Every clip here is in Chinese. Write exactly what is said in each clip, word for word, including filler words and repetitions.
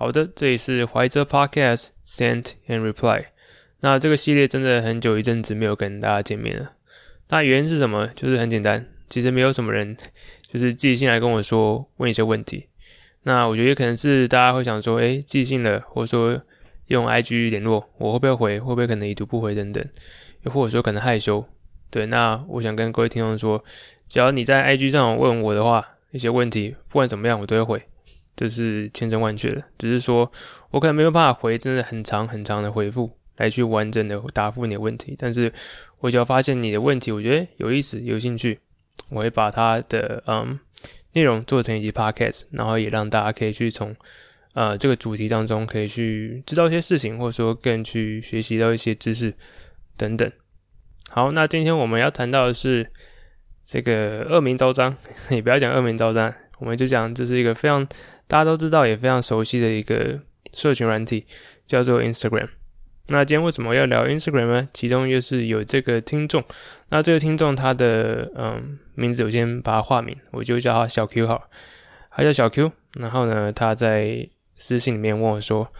好的，这里是怀哲 Podcast Sent and Reply。那这个系列真的很久一阵子没有跟大家见面了。那原因是什么？就是很简单，其实没有什么人就是寄信来跟我说问一些问题。那我觉得可能是大家会想说，诶，寄信了，或者说用 I G 联络，我会不会回？会不会可能已读不回等等？又或者说可能害羞。对，那我想跟各位听众说，只要你在 I G 上问我的话，一些问题，不管怎么样，我都会回。这是千真万确的，只是说我可能没有办法回真的很长很长的回复来去完整的答复你的问题，但是我只要发现你的问题我觉得有意思有兴趣，我会把它的嗯内容做成一集 podcast， 然后也让大家可以去从呃这个主题当中可以去知道一些事情，或者说更去学习到一些知识等等。好，那今天我们要谈到的是这个恶名昭彰，也不要讲恶名昭彰，我们就讲这是一个非常大家都知道也非常熟悉的一个社群软体，叫做 Instagram。 那今天为什么要聊 Instagram 呢？其中又是有这个听众，那这个听众他的嗯名字我先把他化名，我就叫他小 Q 好了，他叫小 Q。 然后呢他在私信里面问我说，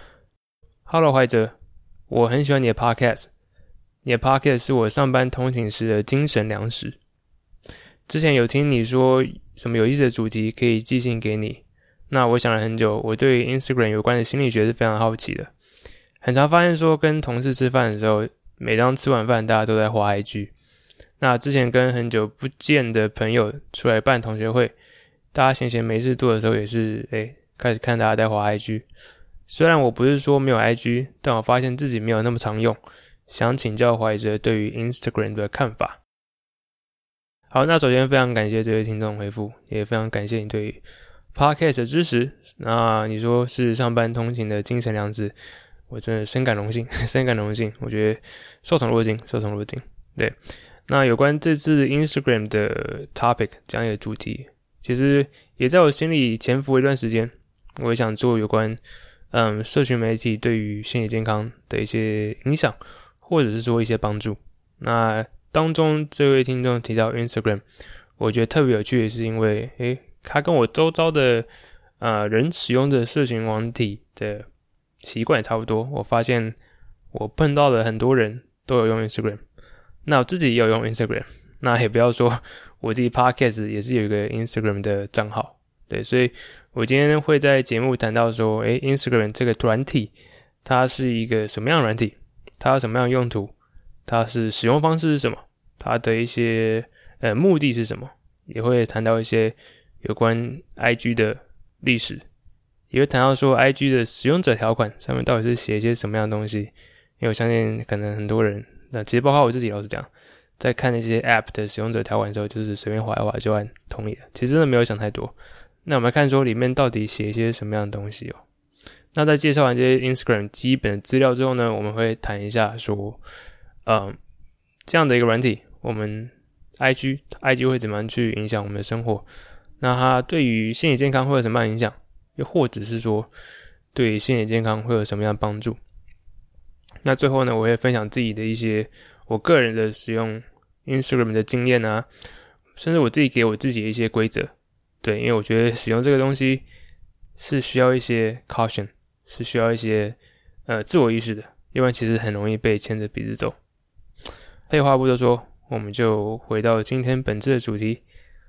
Hello 怀哲，我很喜欢你的 Podcast， 你的 Podcast 是我上班通勤时的精神粮食。之前有听你说什么有意思的主题可以寄信给你，那我想了很久，我对 Instagram 有关的心理学是非常好奇的。很常发现说跟同事吃饭的时候，每当吃完饭大家都在滑 I G。 那之前跟很久不见的朋友出来办同学会，大家闲闲没事做的时候也是诶开始看大家在滑 I G。 虽然我不是说没有 I G， 但我发现自己没有那么常用，想请教怀哲对于 Instagram 的看法。好，那首先非常感谢这位听众回复，也非常感谢你对于 Podcast 的支持。那你说是上班通勤的精神粮食，我真的深感荣幸，深感荣幸。我觉得受宠若惊，受宠若惊。对，那有关这次 Instagram 的 topic 讲解主题，其实也在我心里潜伏一段时间。我也想做有关嗯社群媒体对于心理健康的一些影响，或者是说一些帮助。那当中这位听众提到 Instagram， 我觉得特别有趣的是因为诶他跟我周遭的呃人使用的社群网体的习惯也差不多。我发现我碰到了很多人都有用 Instagram， 那我自己也有用 Instagram， 那也不要说我自己 Podcast 也是有一个 Instagram 的账号。对，所以我今天会在节目谈到说诶 Instagram 这个软体它是一个什么样的软体，它有什么样的用途，它是使用方式是什么，它的一些呃目的是什么，也会谈到一些有关 I G 的历史，也会谈到说 I G 的使用者条款上面到底是写一些什么样的东西。因为我相信可能很多人，那其实包括我自己老实讲，在看那些 App 的使用者条款的时候，就是随便滑一滑就按同意了，其实真的没有想太多。那我们来看说里面到底写一些什么样的东西哦。那在介绍完这些 Instagram 基本的资料之后呢，我们会谈一下说嗯，这样的一个软体，我们 I G I G 会怎么样去影响我们的生活，那它对于心理健康会有什么样的影响，又或者是说对于心理健康会有什么样的帮助。那最后呢，我会分享自己的一些我个人的使用 Instagram 的经验啊，甚至我自己给我自己的一些规则。对，因为我觉得使用这个东西是需要一些 caution， 是需要一些呃自我意识的，要不然其实很容易被牵着鼻子走。废话不多说，我们就回到今天本次的主题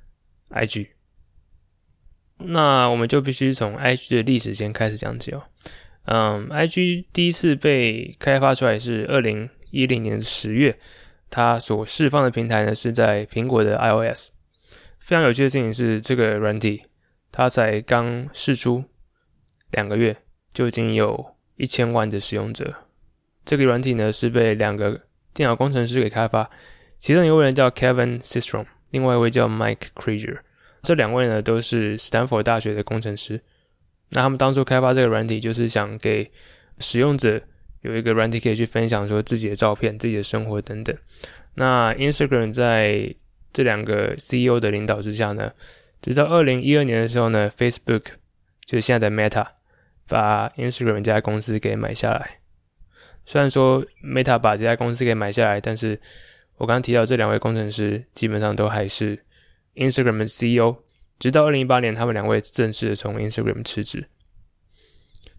I G。 那我们就必须从 I G 的历史先开始讲起哦。嗯 I G 第一次被开发出来是二零一零年十月，它所释放的平台呢是在苹果的 iOS。 非常有趣的事情是，这个软体它才刚释出两个月就已经有一千万的使用者。这个软体呢是被两个电脑工程师给开发，其中一位人叫 Kevin Systrom， 另外一位叫 Mike Krieger。 这两位呢都是斯坦福大学的工程师。那他们当初开发这个软体就是想给使用者有一个软体可以去分享说自己的照片、自己的生活等等。那 Instagram 在这两个 C E O 的领导之下呢，直到二零一二年的时候呢， Facebook 就是现在的 Meta 把 Instagram 这家公司给买下来。虽然说 Meta 把这家公司给买下来，但是我刚刚提到这两位工程师基本上都还是 Instagram 的 C E O， 直到二零一八年他们两位正式的从 Instagram 辞职。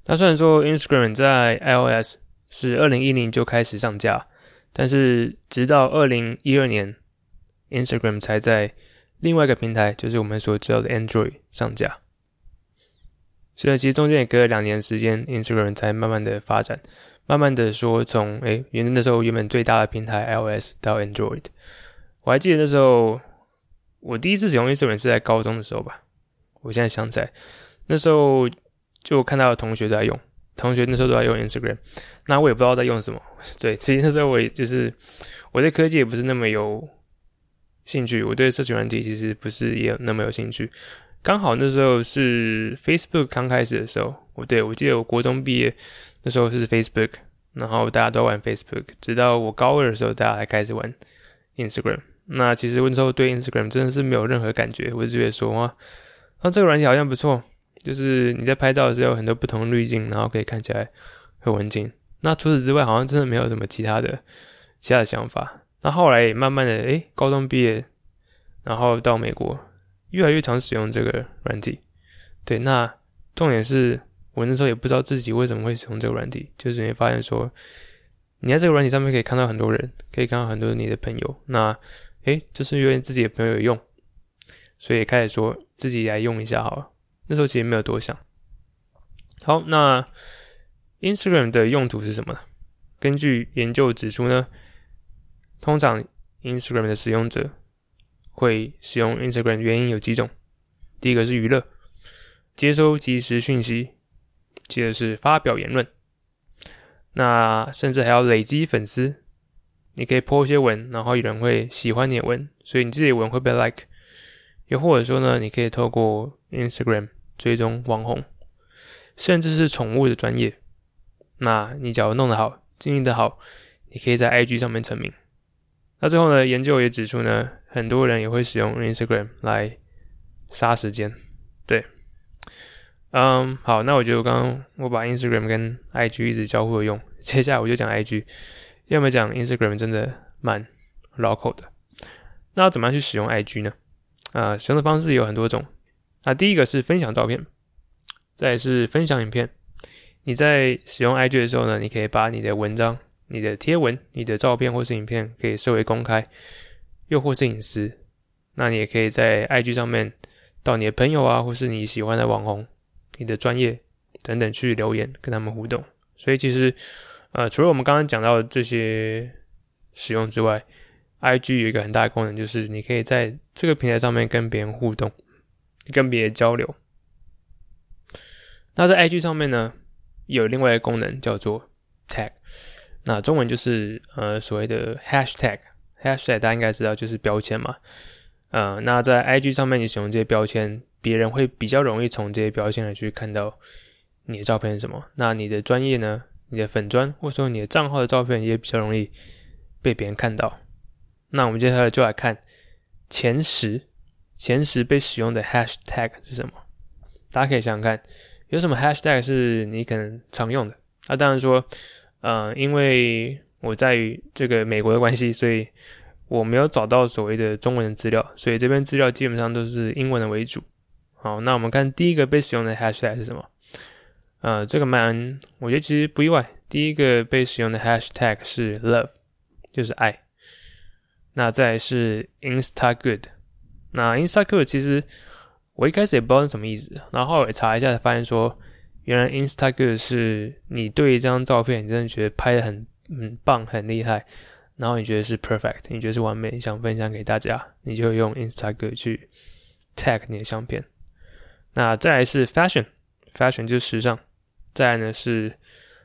那虽然说 Instagram 在 iOS 是二零一零就开始上架，但是直到二零一二年 Instagram 才在另外一个平台，就是我们所知道的 Android 上架。所以其实中间也隔了两年时间 Instagram 才慢慢的发展，慢慢的说从诶原那时候原本最大的平台 iOS 到 Android。 我还记得那时候我第一次使用 Instagram 是在高中的时候吧，我现在想起来那时候就看到同学都在用，同学那时候都在用 Instagram， 那我也不知道在用什么。对，其实那时候我也就是我对科技也不是那么有兴趣，我对社群软体其实不是也那么有兴趣。刚好那时候是 Facebook 刚开始的时候，我对我记得我国中毕业那时候是 Facebook， 然后大家都玩 Facebook， 直到我高二的时候大家才开始玩 Instagram。 那其实那时候对 Instagram 真的是没有任何感觉，我只觉得说哇，那这个软体好像不错，就是你在拍照的时候有很多不同的滤镜，然后可以看起来很文静。那除此之外好像真的没有什么其他的其他的想法。那后来也慢慢的诶高中毕业，然后到美国越来越常使用这个软体。对，那重点是我那时候也不知道自己为什么会使用这个软体，就是你会发现说你在这个软体上面可以看到很多人，可以看到很多你的朋友，那诶就是因为自己的朋友有用，所以开始说自己来用一下好了。那时候其实没有多想。好，那 Instagram 的用途是什么呢？根据研究指出呢，通常 Instagram 的使用者会使用 Instagram 原因有几种。第一个是娱乐，接收即时讯息，接着是发表言论，那甚至还要累积粉丝。你可以 po 一些文，然后有人会喜欢你的文，所以你自己的文会被 like。 又或者说呢，你可以透过 Instagram 追踪网红，甚至是宠物的专业。那你假如弄得好，经营得好，你可以在 I G 上面成名。那最后呢，研究也指出呢，很多人也会使用 Instagram 来杀时间。对，嗯，好，那我觉得我刚刚我把 Instagram 跟 I G 一直交互的用，接下来我就讲 I G， 要么讲 Instagram 真的蛮绕口的。那要怎么样去使用 I G 呢？啊，使用的方式有很多种。那第一个是分享照片，再来是分享影片。你在使用 I G 的时候呢，你可以把你的文章、你的贴文、你的照片或是影片可以设为公开，又或是隐私。那你也可以在 I G 上面到你的朋友啊，或是你喜欢的网红、你的专业等等去留言，跟他们互动。所以其实呃，除了我们刚刚讲到的这些使用之外， I G 有一个很大的功能，就是你可以在这个平台上面跟别人互动，跟别人交流。那在 I G 上面呢，有另外一个功能叫做 tag， 那中文就是呃所谓的 hashtag。 hashtag 大家应该知道就是标签嘛。呃，那在 I G 上面你使用这些标签，别人会比较容易从这些标签来去看到你的照片是什么。那你的专业呢，你的粉专或者说你的账号的照片也比较容易被别人看到。那我们接下来就来看前十前十被使用的 hashtag 是什么。大家可以想想看，有什么 hashtag 是你可能常用的。那、啊、当然说呃，因为我在于这个美国的关系，所以我没有找到所谓的中文的资料，所以这边资料基本上都是英文的为主。好，那我们看第一个被使用的 hashtag 是什么。呃，这个蛮我觉得其实不意外，第一个被使用的 hashtag 是 love， 就是爱。那再来是 Instagood， 那 Instagood 其实我一开始也不知道是什么意思，然后后来查一下才发现说，原来 Instagood 是你对一张照片你真的觉得拍得很很棒很厉害，然后你觉得是 perfect， 你觉得是完美，你想分享给大家，你就会用 Instagood 去 tag 你的相片。那再来是 fashion， fashion 就是时尚。再来呢是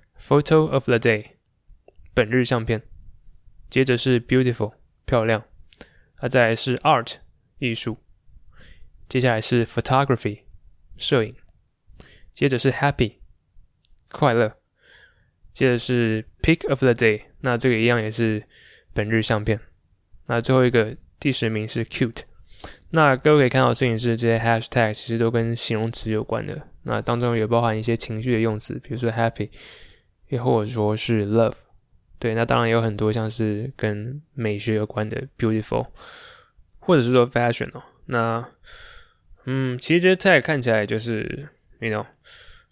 photo of the day， 本日相片。接着是 beautiful， 漂亮。那再来是 art， 艺术。接下来是 photography， 摄影。接着是 happy， 快乐。接着是 pic of the day， 那这个一样也是本日相片。那最后一个第十名是 cute。那各位可以看到的事情是，这些 hashtag 其实都跟形容词有关的，那当中也包含一些情绪的用词，比如说 happy， 也或者说是 love。 对，那当然也有很多像是跟美学有关的 beautiful， 或者是说 fashion 哦。那嗯，其实这些 tag 看起来就是 you know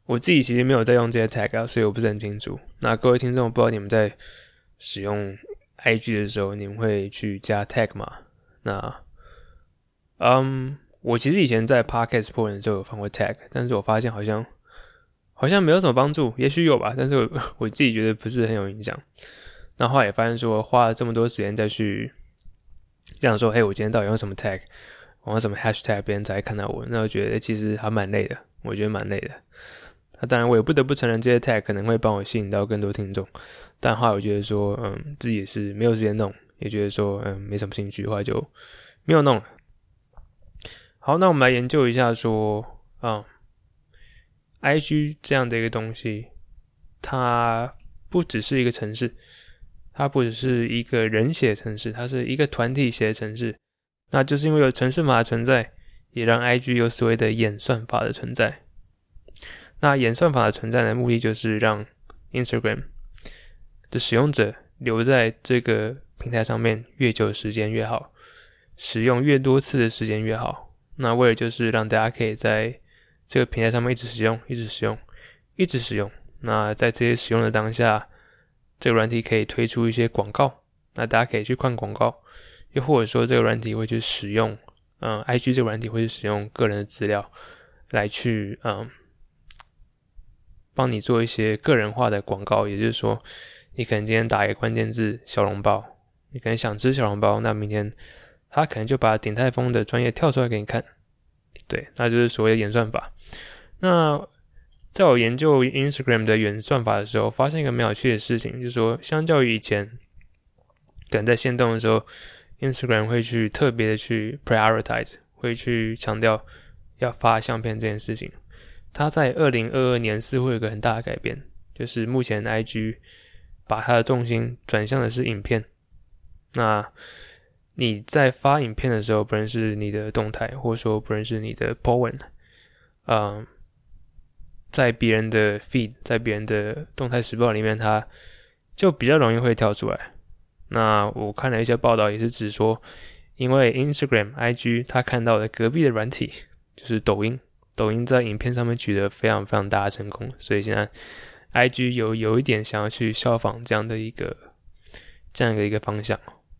我自己其实没有在用这些 tag 啊，所以我不是很清楚。那各位听众，不知道你们在使用 I G 的时候，你们会去加 tag 吗？那，嗯，我其实以前在 podcast 破文的时候有放过 tag， 但是我发现好像好像没有什么帮助，也许有吧，但是我我自己觉得不是很有影响。那后来也发现说，花了这么多时间再去这样说，嘿，我今天到底用什么 tag， 我用什么 hashtag， 别人才看到我，那我觉得其实还蛮累的，我觉得蛮累的。那当然，我也不得不承认这些 tag 可能会帮我吸引到更多听众，但后来我觉得说，嗯，自己也是没有时间弄，也觉得说，嗯，没什么兴趣，后来就没有弄了。好，那我们来研究一下说，啊、嗯、，I G 这样的一个东西，它不只是一个程式，它不只是一个人写的程式，它是一个团体写的程式。那就是因为有程式码的存在，也让 I G 有所谓的演算法的存在。那演算法的存在的目的就是让 Instagram 的使用者留在这个平台上面越久的时间越好，使用越多次的时间越好。那为了就是让大家可以在这个平台上面一直使用，一直使用，一直使用。那在这些使用的当下，这个软体可以推出一些广告，那大家可以去看广告，又或者说这个软体会去使用，嗯 ，I G 这个软体会去使用个人的资料来去，嗯。帮你做一些个人化的广告，也就是说，你可能今天打一个关键字小笼包，你可能想吃小笼包，那明天他可能就把鼎泰丰的专业跳出来给你看，对，那就是所谓的演算法。那在我研究 Instagram 的演算法的时候，发现一个蛮有趣的事情，就是说，相较于以前，可能在限动的时候 ，Instagram 会去特别的去 prioritize， 会去强调要发相片这件事情。它在二零二二年似乎有一个很大的改变，就是目前 I G 把它的重心转向的是影片。那你在发影片的时候，不论是你的动态，或者说不论是你的 po 文，嗯，在别人的 feed， 在别人的动态时报里面，它就比较容易会跳出来。那我看了一些报道，也是指说，因为 Instagram、I G 它看到的隔壁的软体就是抖音。抖音在影片上面取得非常非常大的成功，所以现在 I G 有有一点想要去效仿这样的一个这样的一个方向。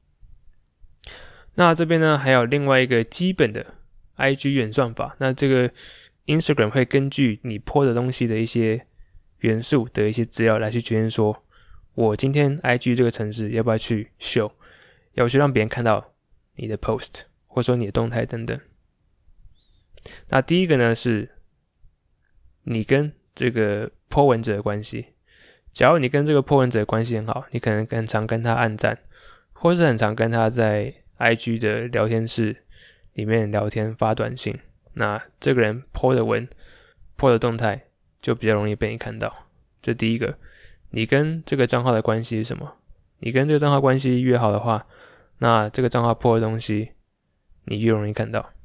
那这边呢还有另外一个基本的 I G 演算法，那这个 Instagram 会根据你 po 的东西的一些元素的一些资料来去决定说，我今天 I G 这个程式要不要去 show， 要不要去让别人看到你的 post 或者说你的动态等等。那第一个呢是你跟这个 po 文者的关系。假如你跟这个 po 文者的关系很好，你可能很常跟他按赞，或是很常跟他在 I G 的聊天室里面聊天发短信，那这个人 po 的文 po 的动态就比较容易被你看到。这第一个，你跟这个账号的关系是什么？你跟这个账号关系越好的话，那这个账号 po 的东西你越容易看到。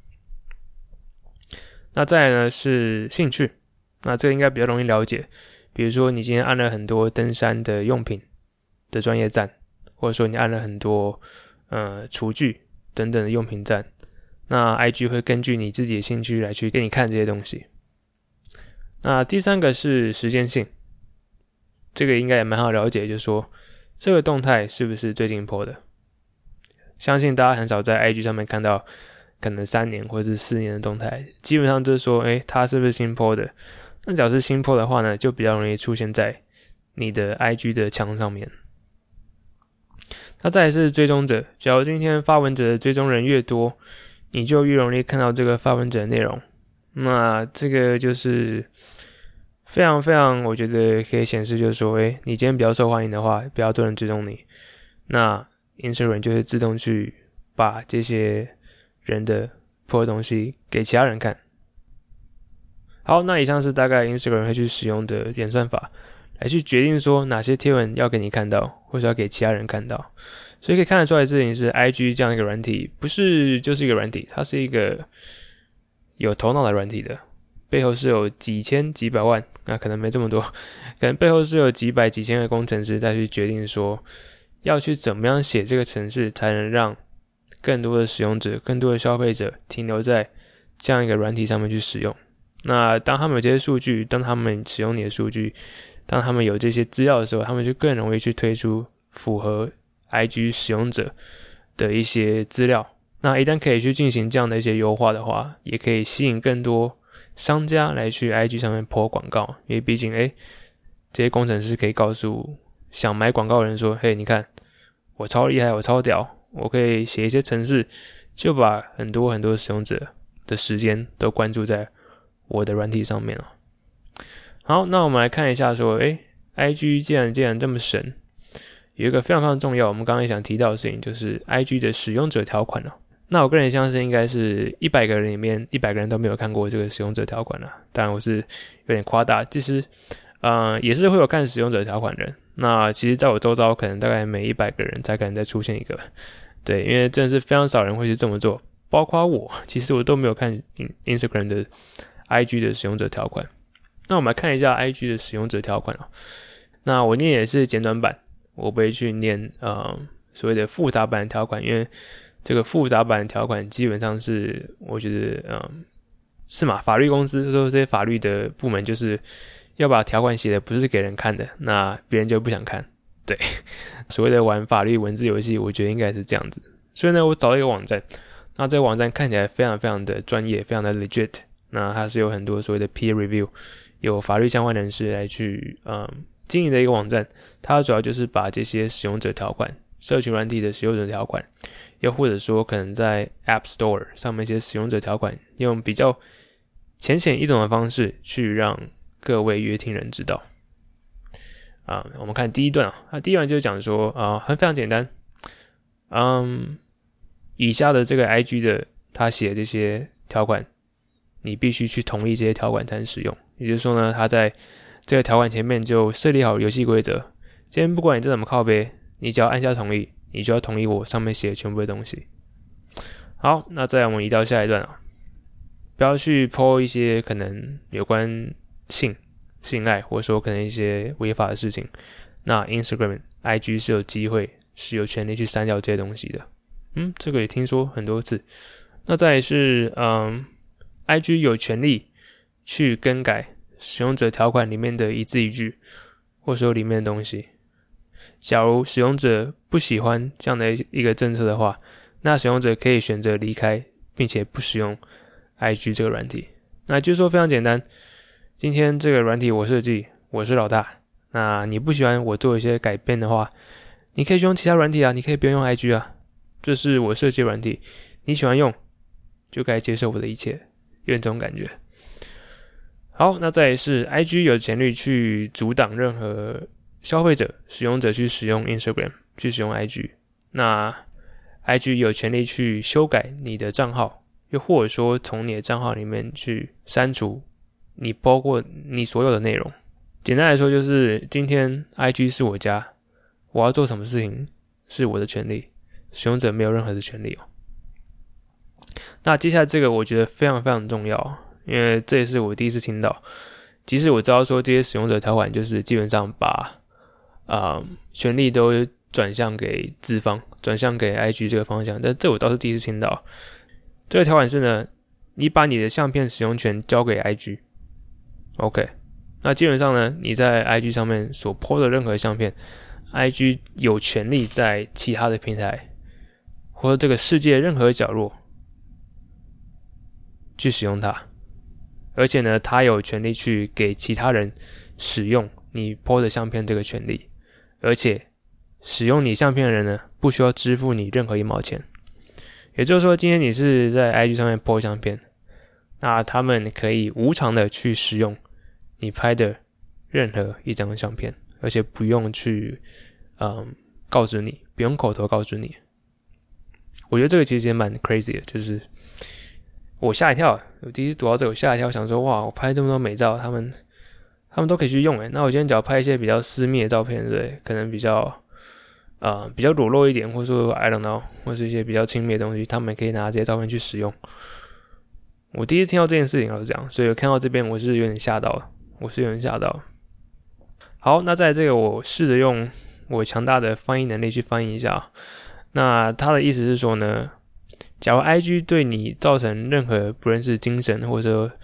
那再来呢是兴趣，那这个应该比较容易了解，比如说你今天按了很多登山的用品的专业赞，或者说你按了很多呃厨具等等的用品赞，那 I G 会根据你自己的兴趣来去给你看这些东西。那第三个是时间性，这个应该也蛮好了解，就是说这个动态是不是最近 po 的，相信大家很少在 I G 上面看到可能三年或者是四年的动态，基本上就是说，诶，它是不是新 po 的？那假如是新 po 的话呢，就比较容易出现在你的 I G 的墙上面。那再来是追踪者，假如今天发文者的追踪人越多，你就越容易看到这个发文者的内容。那这个就是非常非常，我觉得可以显示，就是说，诶，你今天比较受欢迎的话，比较多人追踪你，那 Instagram 就会自动去把这些人的 po 的东西给其他人看。好，那以上是大概 Instagram 会去使用的演算法，来去决定说哪些贴文要给你看到，或者要给其他人看到。所以可以看得出来，这件事是 I G 这样一个软体，不是就是一个软体，它是一个有头脑的软体的，背后是有几千几百万，那可能没这么多，可能背后是有几百几千个工程师再去决定说要去怎么样写这个程式，才能让更多的使用者、更多的消费者停留在这样一个软体上面去使用。 那当他们有这些数据，当他们使用你的数据，当他们有这些资料的时候，他们就更容易去推出符合 I G 使用者的一些资料。那一旦可以去进行这样的一些优化的话，也可以吸引更多商家来去 I G 上面 po 广告，因为毕竟诶这些工程师可以告诉想买广告的人说，嘿，你看我超厉害，我超屌，我可以写一些程式，就把很多很多使用者的时间都关注在我的软体上面了。好，那我们来看一下说，诶 I G 既然既然这么神，有一个非常非常重要，我们刚刚也想提到的事情，就是 I G 的使用者条款了。那我个人相信应该是一百个人里面一百个人都没有看过这个使用者条款了。当然我是有点夸大，其实呃也是会有看使用者条款的人。那其实在我周遭可能大概每一百个人才可能再出现一个。对，因为真的是非常少人会去这么做，包括我，其实我都没有看 Instagram 的 I G 的使用者条款。那我们来看一下 I G 的使用者条款哦。那我念也是简短版，我不会去念呃所谓的复杂版的条款，因为这个复杂版的条款基本上是我觉得嗯是嘛，法律公司说这些法律的部门就是要把条款写的不是给人看的，那别人就不想看。对，所谓的玩法律文字游戏，我觉得应该是这样子。所以呢，我找到一个网站，那这个网站看起来非常非常的专业，非常的 legit。那它是有很多所谓的 peer review， 有法律相关人士来去嗯经营的一个网站。它主要就是把这些使用者条款、社群软体的使用者条款，又或者说可能在 App Store 上面一些使用者条款，用比较浅显易懂的方式去让各位乐听人知道。啊，我们看第一段啊，那第一段就是讲说啊，很非常简单，嗯，以下的这个 I G 的他写的这些条款，你必须去同意这些条款才能使用。也就是说呢，他在这个条款前面就设立好游戏规则，今天不管你这怎么靠背，你只要按下同意，你就要同意我上面写的全部的东西。好，那再来我们移到下一段啊，不要去 po 一些可能有关性。性爱或者说可能一些违法的事情，那 Instagram、I G 是有机会是有权利去删掉这些东西的。嗯，这个也听说很多次。那再来是嗯 I G 有权利去更改使用者条款里面的一字一句，或者说里面的东西。假如使用者不喜欢这样的一个政策的话，那使用者可以选择离开，并且不使用 I G 这个软体。那就是说非常简单。今天这个软体我设计，我是老大。那你不喜欢我做一些改变的话，你可以去用其他软体啊，你可以不用用 I G 啊。这是我设计的软体，你喜欢用就该接受我的一切，有点这种感觉。好，那再来是 I G 有权利去阻挡任何消费者、使用者去使用 Instagram， 去使用 I G。那 I G 有权利去修改你的账号，又或者说从你的账号里面去删除你包括你所有的内容。简单来说就是今天 I G 是我家，我要做什么事情是我的权利，使用者没有任何的权利哦。那接下来这个我觉得非常非常重要，因为这也是我第一次听到。即使我知道说这些使用者条款就是基本上把呃权利都转向给资方，转向给 I G 这个方向，但这我倒是第一次听到。这个条款是呢，你把你的相片使用权交给 I G。OK， 那基本上呢，你在 I G 上面所 po 的任何相片 ，I G 有权利在其他的平台或者这个世界任何角落去使用它，而且呢，他有权利去给其他人使用你 po 的相片这个权利，而且使用你相片的人呢，不需要支付你任何一毛钱。也就是说，今天你是在 I G 上面 po 相片，那他们可以无偿的去使用你拍的任何一张相片，而且不用去嗯告知你，不用口头告知你。我觉得这个其实也蛮 crazy 的，就是我吓一跳，我第一次读到这个我吓一跳，想说哇，我拍这么多美照，他们他们都可以去用诶。那我今天只要拍一些比较私密的照片，对不对？可能比较呃比较裸露一点，或者说 I don't know， 或是一些比较亲密的东西，他们可以拿这些照片去使用。我第一次听到这件事情老实讲，所以我看到这边我是有点吓到了，我是有点吓到。好，那在这个我试着用我强大的翻译能力去翻译一下。那他的意思是说呢，假如 I G 对你造成任何不论是精神或者说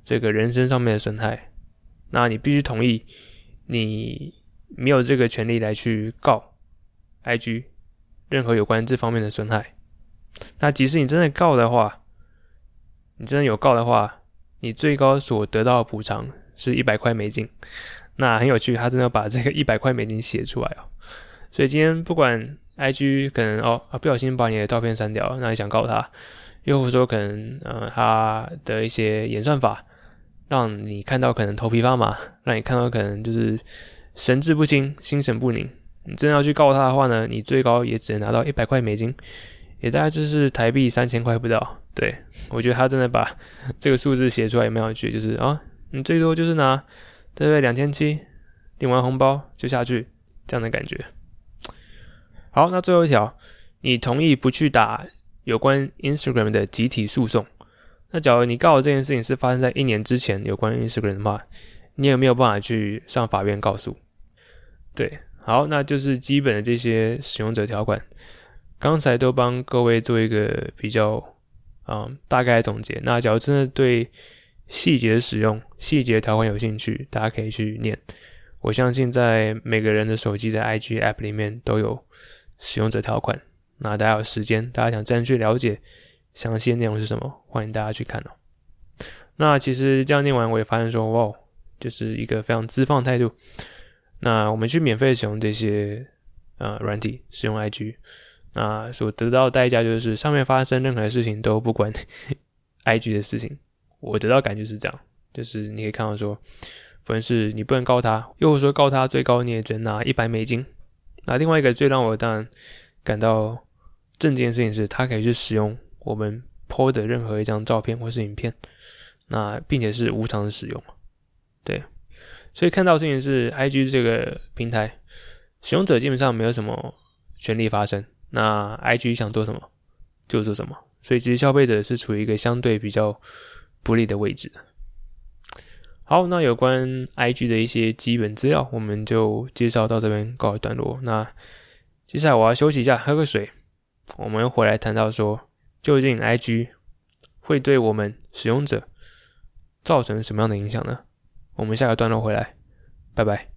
这个人身上面的损害，那你必须同意你没有这个权利来去告 I G 任何有关这方面的损害。那即使你真的告的话，你真的有告的话，你最高所得到的补偿是一百块美金。那很有趣，他真的把这个一百块美金写出来哦。所以今天不管 I G 可能哦、啊、不小心把你的照片删掉，那你想告他，又或者说可能呃他的一些演算法让你看到可能头皮发麻，让你看到可能就是神志不清、心神不宁。你真的要去告他的话呢，你最高也只能拿到一百块美金，也大概就是台币三千块不到。对，我觉得他真的把这个数字写出来也蛮有趣的，就是啊，你最多就是拿对不对两千七，领完红包就下去这样的感觉。好，那最后一条，你同意不去打有关 Instagram 的集体诉讼？那假如你告的这件事情是发生在一年之前有关 Instagram 的话，你有没有办法去上法院告诉？对，好，那就是基本的这些使用者条款，刚才都帮各位做一个比较嗯大概的总结。那假如真的对细节的使用、细节的条款有兴趣，大家可以去念。我相信在每个人的手机在 I G App 里面都有使用者条款。那大家有时间，大家想真的去了解详细的内容是什么，欢迎大家去看哦。那其实这样念完，我也发现说，哇，就是一个非常资放态度。那我们去免费使用这些呃软体，使用 I G， 那所得到的代价就是上面发生任何事情都不关I G 的事情。我得到感觉是这样，就是你可以看到说，不论是你不能告他，又或者说告他最高你也只能拿一百美金。那另外一个最让我当然感到震惊的事情是，他可以去使用我们 P O 的任何一张照片或是影片，那并且是无偿的使用。对，所以看到的事情是 I G 这个平台使用者基本上没有什么权利发声，那 I G 想做什么就做什么，所以其实消费者是处于一个相对比较不利的位置。好，那有关 I G 的一些基本资料我们就介绍到这边告一段落。那接下来我要休息一下，喝个水，我们回来谈到说，究竟 I G 会对我们使用者造成什么样的影响呢？我们下个段落回来，拜拜。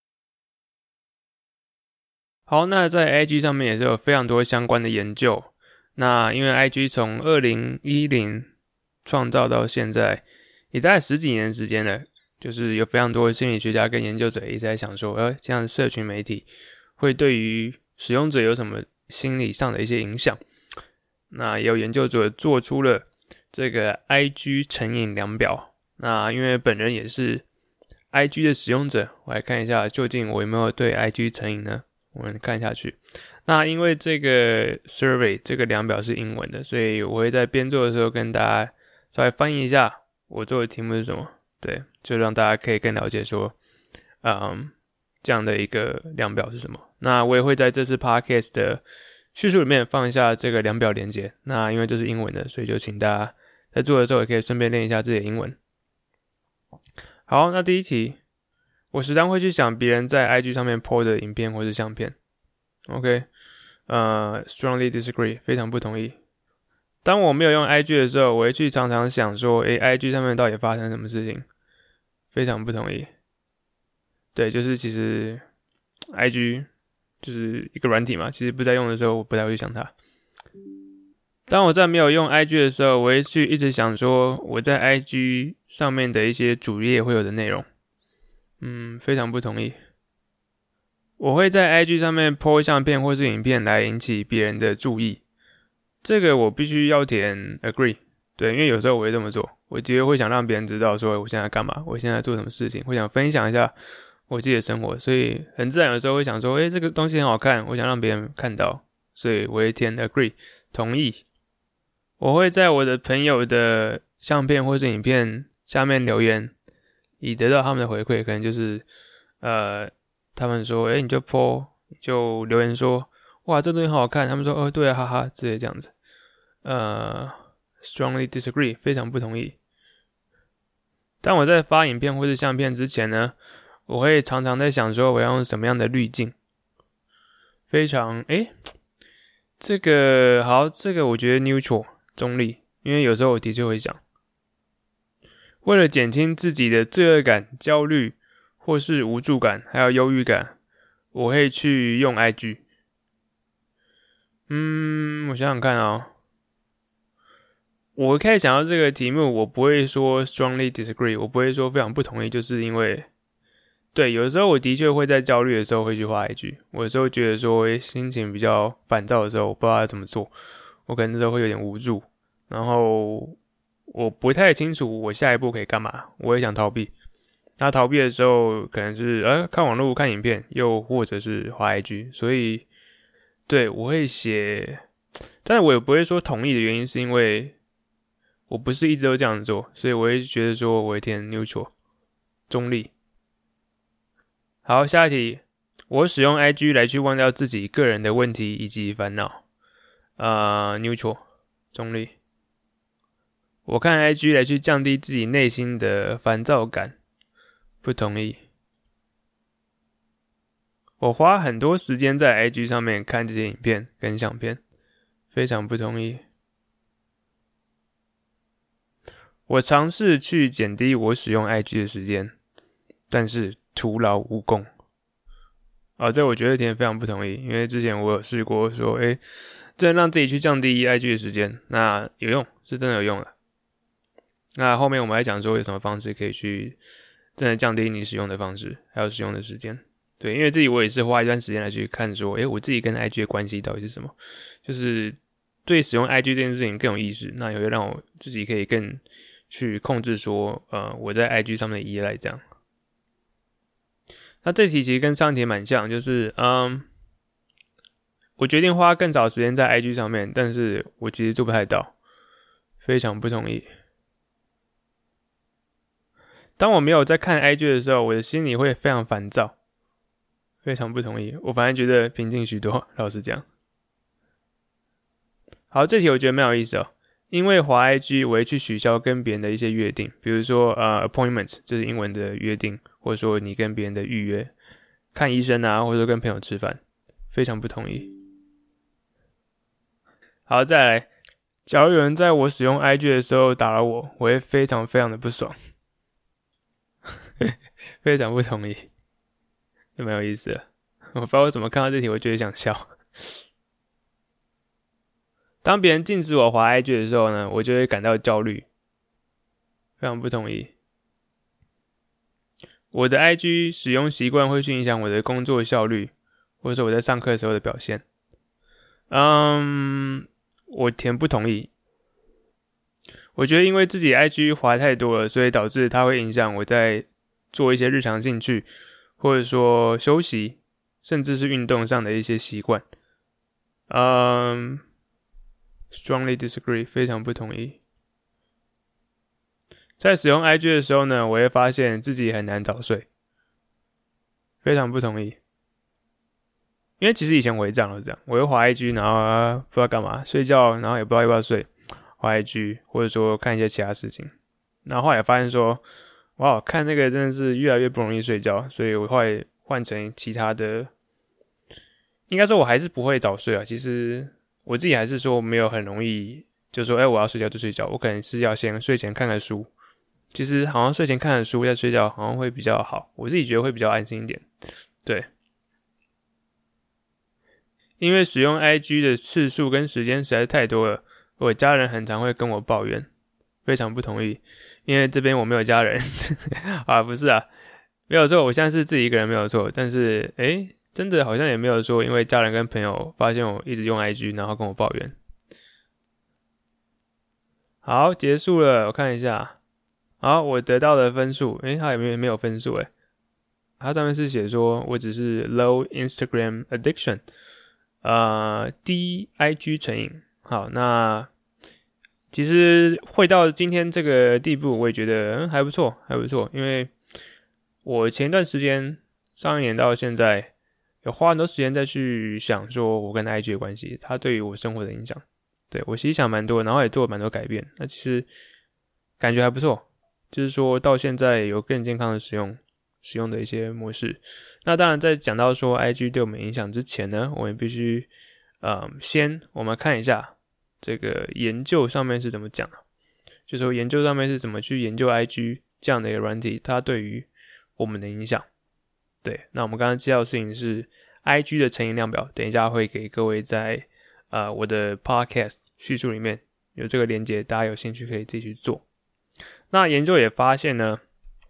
好，那在 I G 上面也是有非常多相关的研究。那因为 I G 从二零一零创造到现在，也大概十几年的时间了，就是有非常多的心理学家跟研究者一直在想说，呃，这样的社群媒体会对于使用者有什么心理上的一些影响。那也有研究者做出了这个 I G 成瘾量表。那因为本人也是 I G 的使用者，我来看一下究竟我有没有对 I G 成瘾呢？我们看下去。那因为这个 survey 这个量表是英文的，所以我会在编作的时候跟大家稍微翻译一下我做的题目是什么。对，就让大家可以更了解说嗯，这样的一个量表是什么。那我也会在这次 podcast 的叙述里面放一下这个量表连结。那因为这是英文的，所以就请大家在做的时候也可以顺便练一下自己的英文。好，那第一题，我时常会去想别人在 I G 上面 po 的影片或是相片。OK， 呃 strongly disagree， 非常不同意。当我没有用 I G 的时候，我会去常常想说，诶 I G 上面到底发生什么事情？非常不同意。对，就是其实 I G 就是一个软体嘛，其实不在用的时候，我不太会去想它。当我在没有用 I G 的时候，我会去一直想说我在 I G 上面的一些主页会有的内容。嗯，非常不同意。我会在 I G 上面 po 相片或是影片来引起别人的注意。这个我必须要填 agree。对，因为有时候我会这么做，我觉得会想让别人知道说我现在干嘛，我现在做什么事情，会想分享一下我自己的生活，所以很自然有时候会想说，诶，这个东西很好看，我想让别人看到，所以我会填 agree， 同意。我会在我的朋友的相片或是影片下面留言，以得到他们的回馈，可能就是呃，他们说，诶，你就 po， 就留言说，哇，这东西很好看，他们说，哦，对啊，哈哈，之类这样子。呃 ，strongly disagree， 非常不同意。当我在发影片或是相片之前呢，我会常常在想说，我要用什么样的滤镜。非常，诶，这个好，这个我觉得 neutral。中立，因为有时候我的确会想， 为了减轻自己的罪恶感、焦虑或是无助感，还有忧郁感，我会去用 I G。嗯，我想想看哦。我开始想到这个题目，我不会说 strongly disagree， 我不会说非常不同意，就是因为，对，有的时候我的确会在焦虑的时候会去滑 I G， 我有时候觉得说，诶，心情比较烦躁的时候，我不知道要怎么做，我可能那时候会有点无助，然后我不太清楚我下一步可以干嘛，我也想逃避。那逃避的时候，可能是呃看网络、看影片，又或者是滑 I G， 所以。对，我会写，但是我也不会说同意的原因，是因为我不是一直都这样做，所以我会觉得说我会填 neutral 中立。好，下一题，我使用 I G 来去忘掉自己个人的问题以及烦恼，呃 neutral 中立。我看 I G 来去降低自己内心的烦躁感，不同意。我花很多时间在 I G 上面看这些影片跟相片，非常不同意。我尝试去减低我使用 I G 的时间，但是徒劳无功。啊，这我觉得填非常不同意，因为之前我有试过说，诶，真的让自己去降低 I G 的时间，那有用，是真的有用的。那后面我们来讲说有什么方式可以去真的降低你使用的方式，还有使用的时间。对，因为自己我也是花一段时间来去看说，诶，我自己跟 I G 的关系到底是什么？就是对使用 I G 这件事情更有意识，那也会让我自己可以更去控制说，呃，我在 I G 上面的依赖这样。那这题其实跟上题蛮像，就是嗯，我决定花更少时间在 I G 上面，但是我其实做不太到，非常不同意。当我没有在看 I G 的时候，我的心里会非常烦躁。非常不同意，我反而觉得平静许多，老实讲。好，这题我觉得蛮有意思哦，因为滑 I G 我会去取消跟别人的一些约定，比如说呃 appointment， 这是英文的约定，或者说你跟别人的预约，看医生啊，或者说跟朋友吃饭，非常不同意。好，再来，假如有人在我使用 I G 的时候打扰我，我会非常非常的不爽，非常不同意。这蛮有意思的，我不知道我怎么看到这题，我觉得想笑。当别人禁止我滑 I G 的时候呢，我就会感到焦虑，非常不同意。我的 I G 使用习惯会去影响我的工作效率，或者说我在上课的时候的表现。嗯，我填不同意。我觉得因为自己 I G 滑太多了，所以导致它会影响我在做一些日常兴趣，或者说休息，甚至是运动上的一些习惯。嗯 ，strongly disagree， 非常不同意。在使用 I G 的时候呢，我会发现自己很难早睡，非常不同意。因为其实以前我也这样，这样，我会滑 I G， 然后、啊、不知道干嘛，睡觉，然后也不知道要不要睡，滑 I G， 或者说看一些其他事情。然后后来发现说，哇，看那个真的是越来越不容易睡觉，所以我后来换成其他的。应该说我还是不会早睡啊，其实我自己还是说没有很容易，就说哎、欸、我要睡觉就睡觉，我可能是要先睡前看个书。其实好像睡前看了书再睡觉好像会比较好，我自己觉得会比较安心一点。对，因为使用 I G 的次数跟时间实在太多了，我家人很常会跟我抱怨，非常不同意。因为这边我没有家人啊，不是啊，没有错，我现在是自己一个人没有错，但是诶真的好像也没有说因为家人跟朋友发现我一直用 I G 然后跟我抱怨。好，结束了，我看一下。好，我得到的分数，诶，它有没有没有分数诶？它上面是写说我只是 low Instagram addiction， 呃，低 I G 成瘾。好，那其实会到今天这个地步，我也觉得嗯还不错，还不错，因为我前段时间上一年到现在，有花很多时间再去想说我跟 I G 的关系，它对于我生活的影响。对，我其实想蛮多，然后也做了蛮多改变，那其实感觉还不错。就是说到现在有更健康的使用使用的一些模式。那当然在讲到说 I G 对我们影响之前呢，我们必须呃先我们看一下这个研究上面是怎么讲的。 就是说研究上面是怎么去研究 I G 这样的一个软体，它对于我们的影响。对，那我们刚刚介绍的事情是 I G 的成因量表，等一下会给各位在呃我的 podcast 叙述里面有这个连结，大家有兴趣可以自己去做。那研究也发现呢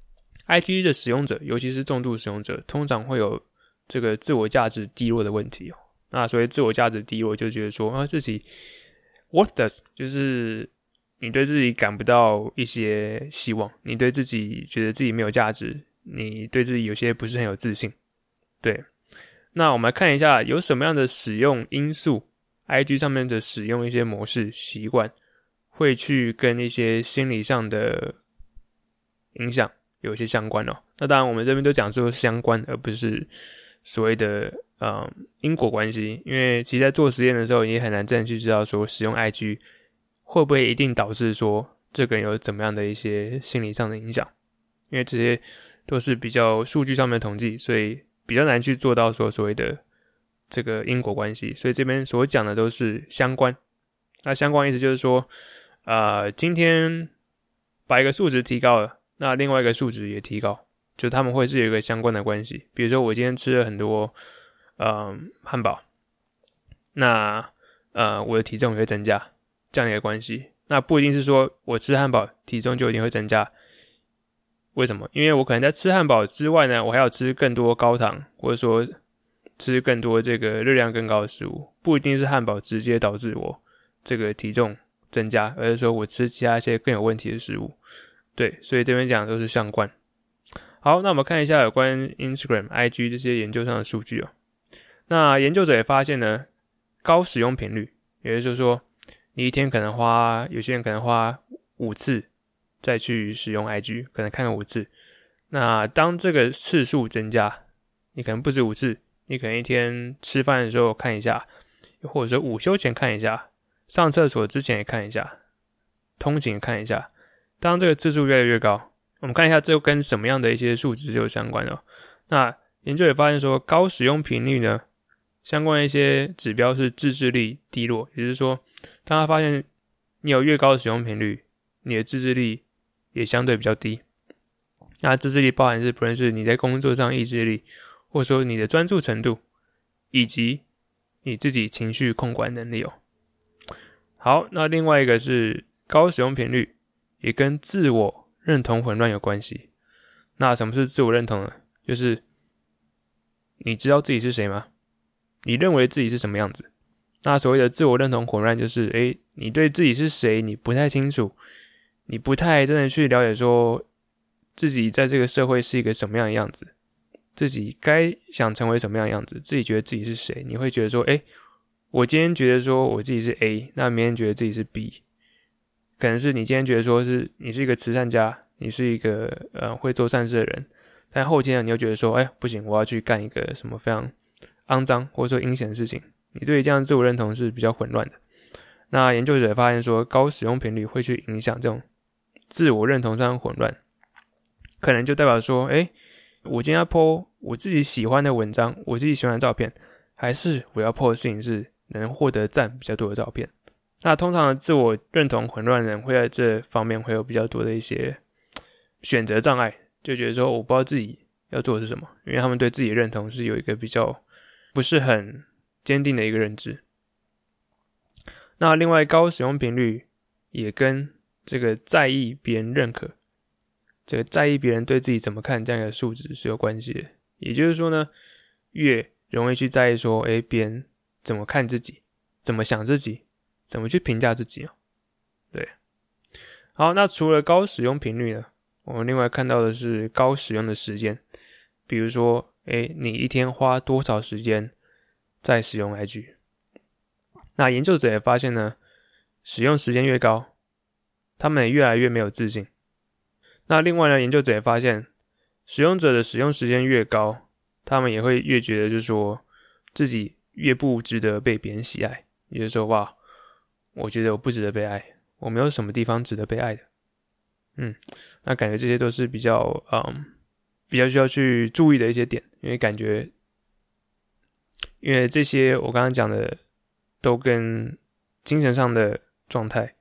I G 的使用者，尤其是重度使用者，通常会有这个自我价值低落的问题哦。那所谓自我价值低落，就觉得说啊自己 worthless， 就是你对自己感不到一些希望，你对自己觉得自己没有价值，你对自己有些不是很有自信。对，那我们来看一下有什么样的使用因素 I G 上面的使用一些模式习惯会去跟一些心理上的影响有一些相关哦。那当然我们这边都讲说相关，而不是所谓的嗯因果关系，因为其实在做实验的时候也很难真的去知道说使用 I G 会不会一定导致说这个人有怎么样的一些心理上的影响，因为这些都是比较数据上面的统计，所以比较难去做到说所谓的这个因果关系，所以这边所讲的都是相关。那相关意思就是说呃，今天把一个数值提高了，那另外一个数值也提高，就他们会是有一个相关的关系。比如说我今天吃了很多呃汉堡，那呃我的体重也会增加，这样的一个关系。那不一定是说我吃汉堡体重就一定会增加，为什么？因为我可能在吃汉堡之外呢，我还要吃更多高糖，或者说吃更多这个热量更高的食物，不一定是汉堡直接导致我这个体重增加，而是说我吃其他一些更有问题的食物。对，所以这边讲的都是相关。好，那我们看一下有关 Instagram、I G 这些研究上的数据哦。那研究者也发现呢，高使用频率，也就是说你一天可能花，有些人可能花五次再去使用 I G， 可能看个五次。那当这个次数增加，你可能不止五次，你可能一天吃饭的时候看一下，或者说午休前看一下，上厕所之前也看一下，通勤也看一下。当这个次数越来越高，我们看一下这跟什么样的一些数值有相关哦。那研究也发现说，高使用频率呢，相关的一些指标是自制力低落，也就是说，当他发现你有越高的使用频率，你的自制力也相对比较低。那自制力包含是不论是你在工作上意志力，或者说你的专注程度，以及你自己情绪控管能力哦。好，那另外一个是高使用频率也跟自我认同混乱有关系。那什么是自我认同呢？就是你知道自己是谁吗？你认为自己是什么样子？那所谓的自我认同混乱就是诶，你对自己是谁你不太清楚，你不太真的去了解说自己在这个社会是一个什么样的样子，自己该想成为什么样的样子，自己觉得自己是谁。你会觉得说诶，我今天觉得说我自己是 A， 那明天觉得自己是 B， 可能是你今天觉得说是你是一个慈善家，你是一个呃会做善事的人，但后天你又觉得说诶，不行，我要去干一个什么非常肮脏或者说阴险的事情，你对于这样的自我认同是比较混乱的。那研究者发现说，高使用频率会去影响这种自我认同上的混乱，可能就代表说，诶，我今天要 po 我自己喜欢的文章，我自己喜欢的照片，还是我要 po 的事情是能获得赞比较多的照片。那通常的自我认同混乱的人会在这方面会有比较多的一些选择障碍，就觉得说我不知道自己要做的是什么，因为他们对自己的认同是有一个比较不是很坚定的一个认知。那另外高使用频率也跟这个在意别人认可，这个在意别人对自己怎么看这样一个数值是有关系的。也就是说呢，越容易去在意说诶别人怎么看自己，怎么想自己，怎么去评价自己哦。对，好，那除了高使用频率呢，我们另外看到的是高使用的时间，比如说诶你一天花多少时间在使用 I G。 那研究者也发现呢，使用时间越高，他们也越来越没有自信。那另外呢，研究者也发现，使用者的使用时间越高，他们也会越觉得就是说自己越不值得被别人喜爱，也就是说哇，我觉得我不值得被爱，我没有什么地方值得被爱的。嗯，那感觉这些都是比较嗯比较需要去注意的一些点，因为感觉因为这些我刚刚讲的都跟精神上的状态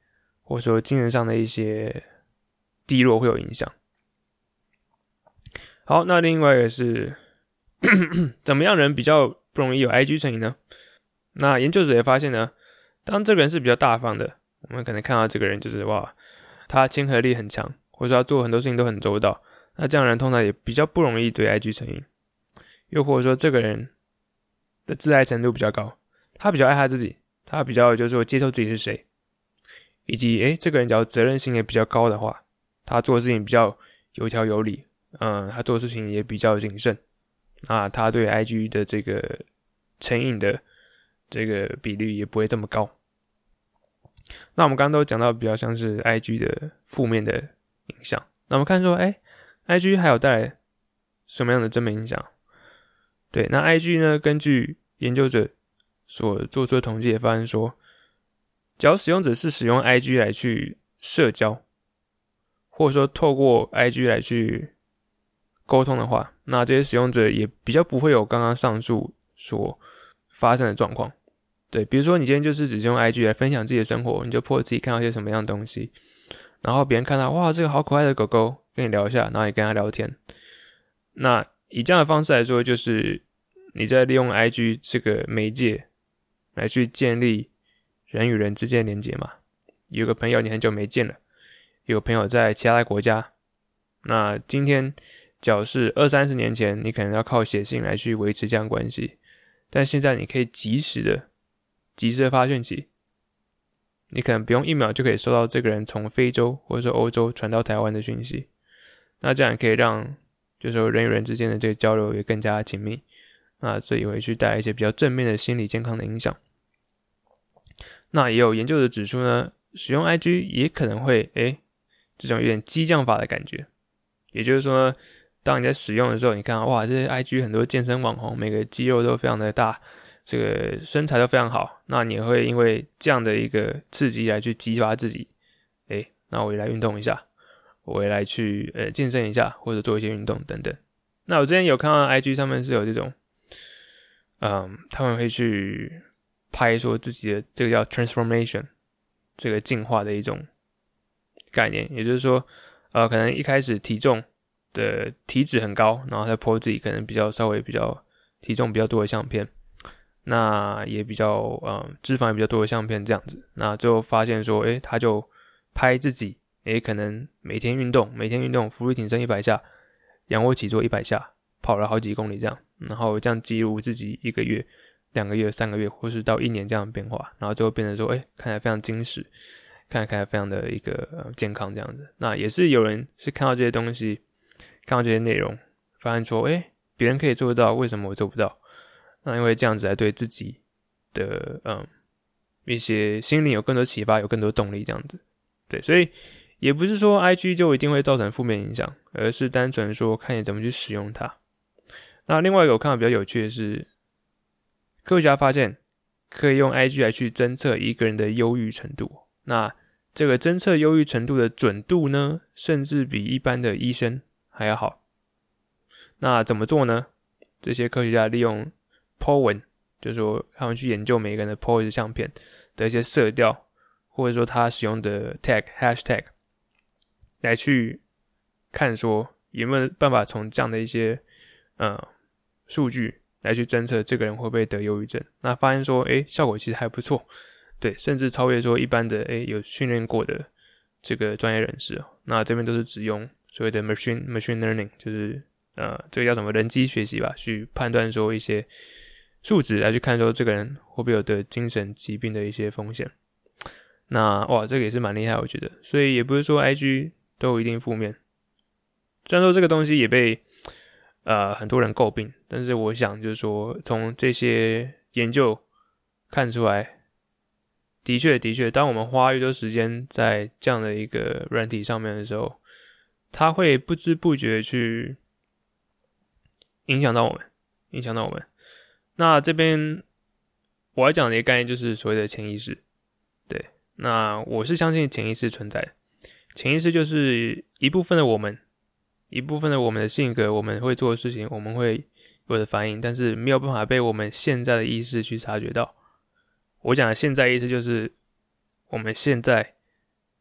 或者说精神上的一些低落会有影响。好，那另外一个是怎么样人比较不容易有 I G 成瘾呢？那研究者也发现呢，当这个人是比较大方的，我们可能看到这个人就是哇，他亲和力很强，或者说他做很多事情都很周到，那这样的人通常也比较不容易对 I G 成瘾。又或者说这个人的自爱程度比较高，他比较爱他自己，他比较就是说接受自己是谁，以及诶这个人只要责任心也比较高的话，他做事情比较有条有理，嗯，他做事情也比较谨慎，那他对 I G 的这个成瘾的这个比率也不会这么高。那我们刚刚都讲到比较像是 I G 的负面的影响，那我们看说诶 I G 还有带来什么样的正面影响？对，那 I G 呢，根据研究者所做出的统计也发现说，只要使用者是使用 I G 来去社交，或者说透过 I G 来去沟通的话，那这些使用者也比较不会有刚刚上述所发生的状况。对，比如说你今天就是只是用 I G 来分享自己的生活，你就po自己看到些什么样的东西，然后别人看到哇这个好可爱的狗狗，跟你聊一下，然后也跟他聊天。那以这样的方式来说，就是你在利用 I G 这个媒介来去建立人与人之间的连结嘛。有个朋友你很久没见了，有个朋友在其他的国家，那今天假如是二三十年前，你可能要靠写信来去维持这样的关系，但现在你可以及时的及时的发讯息，你可能不用一秒就可以收到这个人从非洲或者说欧洲传到台湾的讯息，那这样也可以让就是说人与人之间的这个交流也更加紧密，那这也会去带来一些比较正面的心理健康的影响。那也有研究者指出呢，使用 I G 也可能会诶这种有点激将法的感觉，也就是说当你在使用的时候，你看哇这些 I G 很多健身网红每个肌肉都非常的大，这个身材都非常好，那你会因为这样的一个刺激来去激发自己，诶那我也来运动一下，我也来去呃健身一下，或者做一些运动等等。那我之前有看到 I G 上面是有这种嗯他们会去拍说自己的这个叫 transformation 这个进化的一种概念，也就是说呃可能一开始体重的体脂很高，然后再 po 自己可能比较稍微比较体重比较多的相片，那也比较呃脂肪也比较多的相片这样子，那最后发现说诶他就拍自己诶可能每天运动每天运动伏地挺身一百下，仰卧起坐一百下，跑了好几公里这样，然后这样记录自己一个月两个月三个月或是到一年这样的变化，然后最后变成说诶看起来非常精实，看起来非常的一个、呃、健康这样子。那也是有人是看到这些东西，看到这些内容发现说诶别人可以做得到，为什么我做不到？那因为这样子来对自己的嗯一些心灵有更多启发，有更多动力这样子。对，所以也不是说 I G 就一定会造成负面影响，而是单纯说看你怎么去使用它。那另外一个我看到比较有趣的是，科学家发现可以用 I G 来去侦测一个人的忧郁程度。那这个侦测忧郁程度的准度呢，甚至比一般的医生还要好。那怎么做呢？这些科学家利用 po 文，就是说他们去研究每个人的 po 的相片的一些色调，或者说他使用的 tag hashtag 来去看说有没有办法从这样的一些呃数据来去侦测这个人会不会得忧郁症。那发现说诶效果其实还不错，对，甚至超越说一般的诶有训练过的这个专业人士。那这边都是只用所谓的 machine machine learning， 就是呃这个叫什么人机学习吧，去判断说一些数值来去看说这个人会不会有得精神疾病的一些风险。那哇这个也是蛮厉害我觉得，所以也不是说 I G 都有一定负面，虽然说这个东西也被呃很多人诟病，但是我想就是说从这些研究看出来，的确的确当我们花越多时间在这样的一个软体上面的时候，它会不知不觉去影响到我们影响到我们。那这边我要讲的一个概念就是所谓的潜意识。对，那我是相信潜意识存在的，潜意识就是一部分的我们，一部分的我们的性格，我们会做的事情，我们会有的反应，但是没有办法被我们现在的意识去察觉到。我讲的现在意识就是我们现在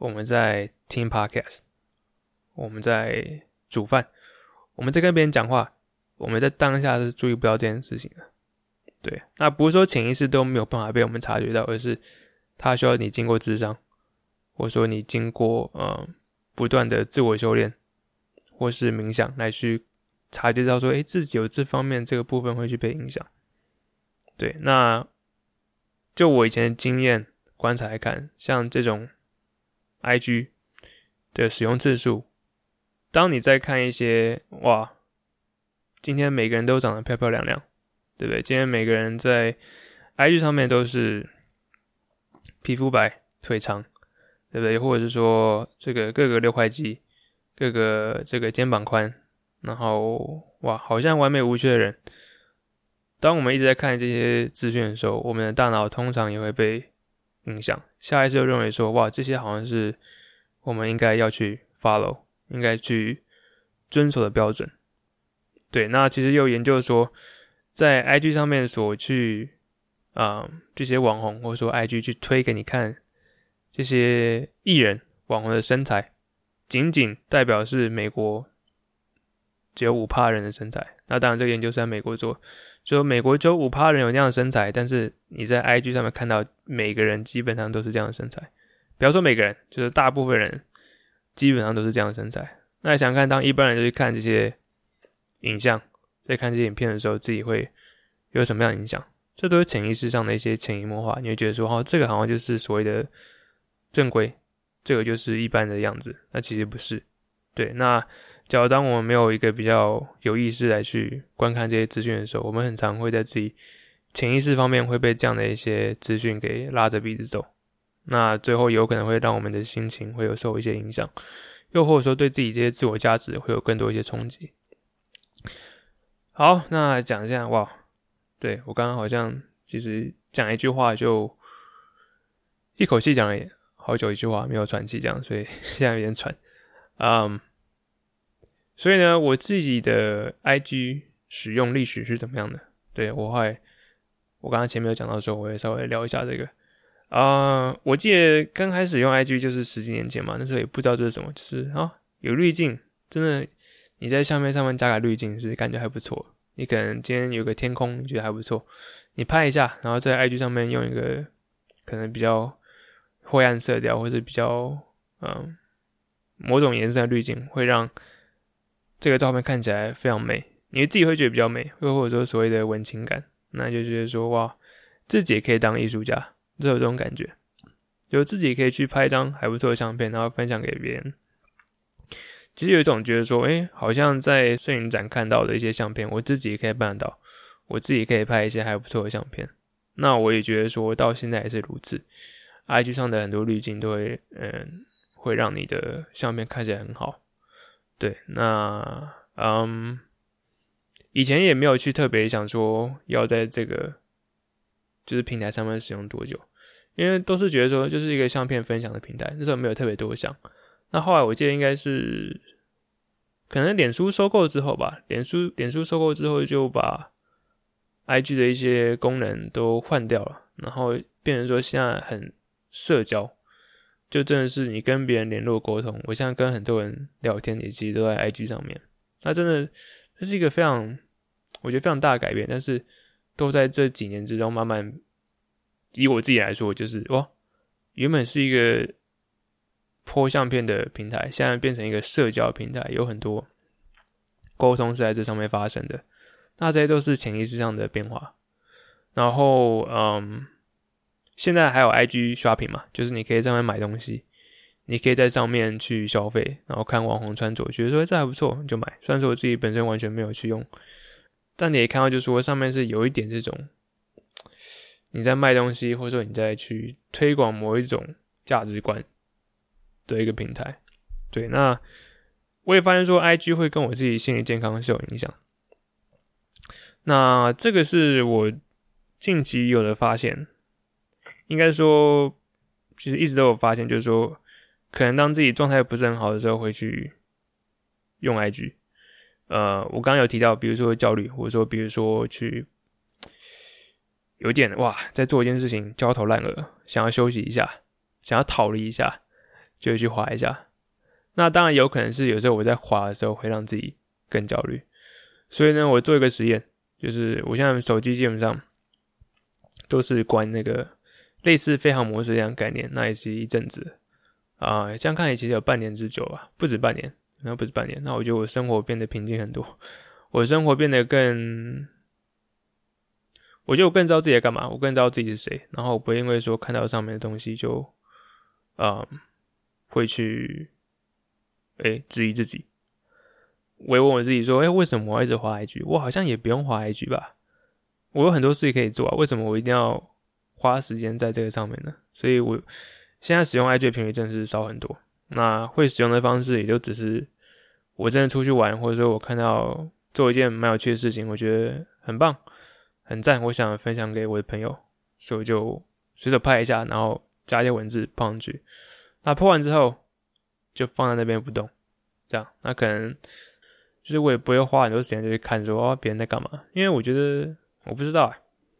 我们在听 podcast， 我们在煮饭，我们在跟别人讲话，我们在当下是注意不到这件事情的。对，那不是说潜意识都没有办法被我们察觉到，而是它需要你经过諮商，或者说你经过呃不断的自我修炼，或是冥想来去察觉到说，诶，自己有这方面这个部分会去被影响。对，那就我以前的经验观察来看，像这种 I G 的使用次数，当你在看一些哇，今天每个人都长得漂漂亮亮，对不对？今天每个人在 I G 上面都是皮肤白、腿长，对不对？或者是说这个各个六块肌，各个这个肩膀宽，然后哇，好像完美无缺的人。当我们一直在看这些资讯的时候，我们的大脑通常也会被影响，下意识就认为说，哇，这些好像是我们应该要去 follow， 应该去遵守的标准。对，那其实有研究说，在 I G 上面所去啊、呃、这些网红或者说 I G 去推给你看这些艺人网红的身材，仅仅代表是美国只有 百分之五 人的身材。那当然这个研究是在美国做，就美国只有 百分之五 人有那样的身材，但是你在 I G 上面看到每个人基本上都是这样的身材。不要说每个人，就是大部分人基本上都是这样的身材。那想看当一般人就去看这些影像，在看这些影片的时候，自己会有什么样的影响？这都是潜意识上的一些潜移默化，你会觉得说，哦，这个好像就是所谓的正规，这个就是一般的样子。那其实不是。对，那假如当我们没有一个比较有意识来去观看这些资讯的时候，我们很常会在自己潜意识方面会被这样的一些资讯给拉着鼻子走，那最后有可能会让我们的心情会有受一些影响，又或者说对自己这些自我价值会有更多一些冲击。好，那讲一下，哇，对，我刚刚好像其实讲一句话就一口气讲了好久一句话，没有喘气这样，所以现在有点喘。嗯，所以呢，我自己的 I G 使用历史是怎么样的？对，我会，我刚刚前面有讲到的时候，我会稍微聊一下这个。啊、呃，我记得刚开始用 I G 就是十几年前嘛，那时候也不知道这是什么，就是啊有滤镜，真的你在相片上面加个滤镜是感觉还不错。你可能今天有个天空，你觉得还不错，你拍一下，然后在 I G 上面用一个可能比较灰暗色调，或是比较嗯某种颜色的滤镜，会让这个照片看起来非常美，你自己会觉得比较美，又或者说所谓的文青感，那就觉得说哇，自己也可以当艺术家，就有这种感觉，就自己也可以去拍一张还不错的相片，然后分享给别人。其实有一种觉得说，诶，好像在摄影展看到的一些相片，我自己也可以办得到，我自己可以拍一些还不错的相片。那我也觉得说到现在也是如此 ，I G 上的很多滤镜都会，嗯，会让你的相片看起来很好。对，那嗯，以前也没有去特别想说要在这个就是平台上面使用多久，因为都是觉得说就是一个相片分享的平台，那时候没有特别多想。那后来我记得应该是可能脸书收购之后吧，脸书脸书收购之后就把 I G 的一些功能都换掉了，然后变成说现在很社交，就真的是你跟别人联络沟通。我现在跟很多人聊天也其实都在 I G 上面，那真的这是一个非常我觉得非常大的改变，但是都在这几年之中慢慢，以我自己来说，就是哇，原本是一个po相片的平台，现在变成一个社交平台，有很多沟通是在这上面发生的。那这些都是潜意识上的变化。然后，嗯，现在还有 I G shopping 嘛，就是你可以在上面买东西，你可以在上面去消费，然后看网红穿着，觉得说这还不错，你就买。虽然说我自己本身完全没有去用，但你也看到，就是说上面是有一点这种你在卖东西，或者说你在去推广某一种价值观的一个平台。对，那我也发现说 I G 会跟我自己心理健康是有影响。那这个是我近期有的发现，应该说其实一直都有发现，就是说可能当自己状态不是很好的时候会去用 I G。呃，我刚刚有提到，比如说焦虑，或者说比如说去有点哇，在做一件事情焦头烂额，想要休息一下，想要逃离一下， 就会去滑一下。那当然有可能是有时候我在滑的时候会让自己更焦虑，所以呢，我做一个实验，就是我现在手机基本上都是关那个类似飞行模式这样的概念，那也是一阵子啊、呃，这样看也其实有半年之久吧，不止半年，那不止半年。那我觉得我生活变得平静很多，我的生活变得更，我觉得我更知道自己在干嘛，我更知道自己是谁，然后我不会因为说看到上面的东西就，呃，会去，诶质疑自己。我会问我自己说，诶为什么我要一直滑 I G？ 我好像也不用滑 I G 吧，我有很多事情可以做啊，为什么我一定要花时间在这个上面呢？所以我现在使用 I G 的频率真的是少很多。那会使用的方式也就只是我真的出去玩，或者说我看到做一件蛮有趣的事情，我觉得很棒很赞，我想分享给我的朋友，所以我就随手拍一下，然后加一些文字放上去。那拍完之后就放在那边不动，这样。那可能就是我也不会花很多时间就去看说哦别人在干嘛，因为我觉得我不知道啊。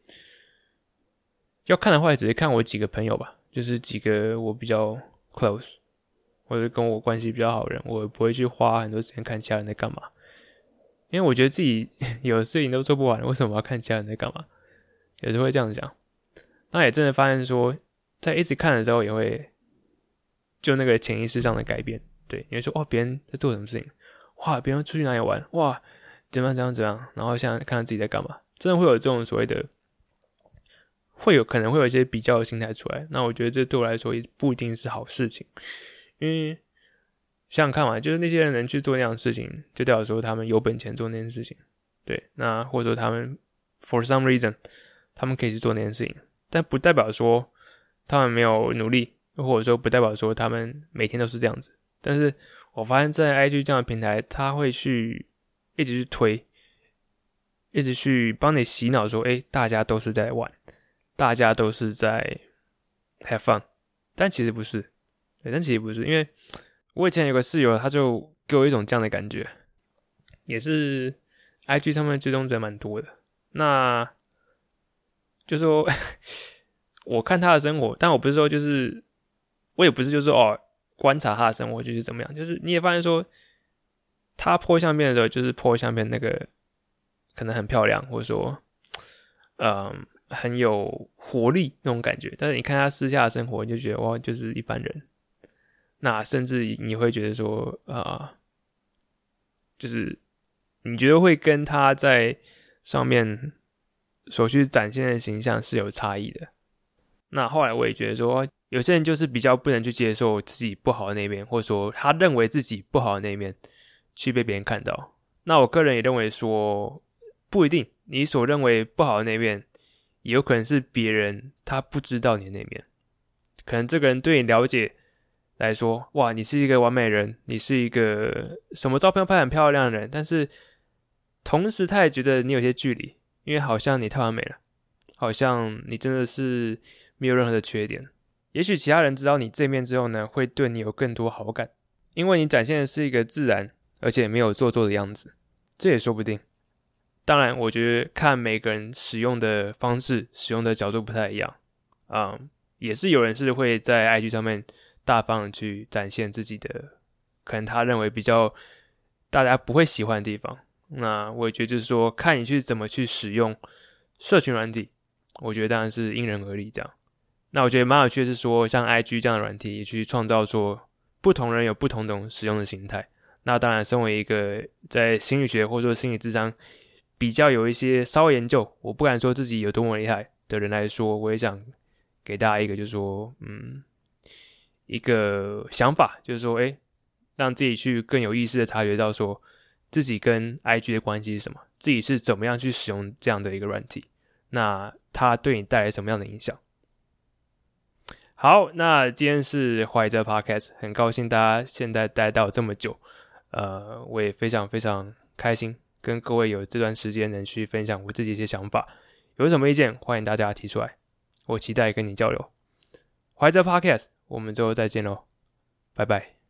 要看的话，也只是看我几个朋友吧，就是几个我比较 close 或者跟我关系比较好的人，我不会去花很多时间看其他人在干嘛，因为我觉得自己有的事情都做不完，为什么要看其他人在干嘛？有时候会这样想。那也真的发现说，在一直看的时候，也会就那个潜意识上的改变。对，你会说哇，别人在做什么事情？哇，别人出去哪里玩？哇，怎么样怎样怎样？然后现在看看自己在干嘛，真的会有这种所谓的。会有可能会有一些比较的心态出来，那我觉得这对我来说也不一定是好事情，因为想想看嘛，就是那些人能去做那样的事情，就代表说他们有本钱做那件事情，对，那或者说他们 for some reason 他们可以去做那件事情，但不代表说他们没有努力，或者说不代表说他们每天都是这样子。但是我发现在 I G 这样的平台，他会去一直去推，一直去帮你洗脑说，诶，大家都是在玩。大家都是在 have fun， 但其实不是，对，但其实不是，因为我以前有个室友，他就给我一种这样的感觉，也是 I G 上面追踪者蛮多的，那就说我看他的生活，但我不是说就是我也不是就是说哦观察他的生活就是怎么样，就是你也发现说他 po 相片的时候，就是 po 相片那个可能很漂亮，或者说嗯。很有活力那种感觉，但是你看他私下的生活，你就觉得哇，就是一般人。那甚至你会觉得说，啊、呃，就是你觉得会跟他在上面所去展现的形象是有差异的。那后来我也觉得说，有些人就是比较不能去接受自己不好的那一面，或者说他认为自己不好的那一面去被别人看到。那我个人也认为说，不一定，你所认为不好的那一面。也有可能是别人他不知道你的那面，可能这个人对你了解来说，哇，你是一个完美人，你是一个什么照片拍很漂亮的人，但是同时他也觉得你有些距离，因为好像你太完美了，好像你真的是没有任何的缺点。也许其他人知道你这面之后呢，会对你有更多好感，因为你展现的是一个自然而且没有做作的样子，这也说不定。当然我觉得看每个人使用的方式使用的角度不太一样、嗯、也是有人是会在 I G 上面大方的去展现自己的可能他认为比较大家不会喜欢的地方。那我也觉得就是说看你去怎么去使用社群软体，我觉得当然是因人而异这样。那我觉得蛮有趣的是说像 I G 这样的软体也去创造说不同人有不同种使用的形态。那当然身为一个在心理学或者说心理智商比较有一些稍微研究，我不敢说自己有多么厉害的人来说，我也想给大家一个就是说嗯一个想法，就是说诶让自己去更有意识的察觉到说自己跟 I G 的关系是什么，自己是怎么样去使用这样的一个软体，那它对你带来什么样的影响。好，那今天是怀哲 Podcast， 很高兴大家现在待到这么久，呃，我也非常非常开心跟各位有这段时间能去分享我自己一些想法，有什么意见欢迎大家提出来，我期待跟你交流。怀哲 Podcast， 我们之后再见咯，拜拜。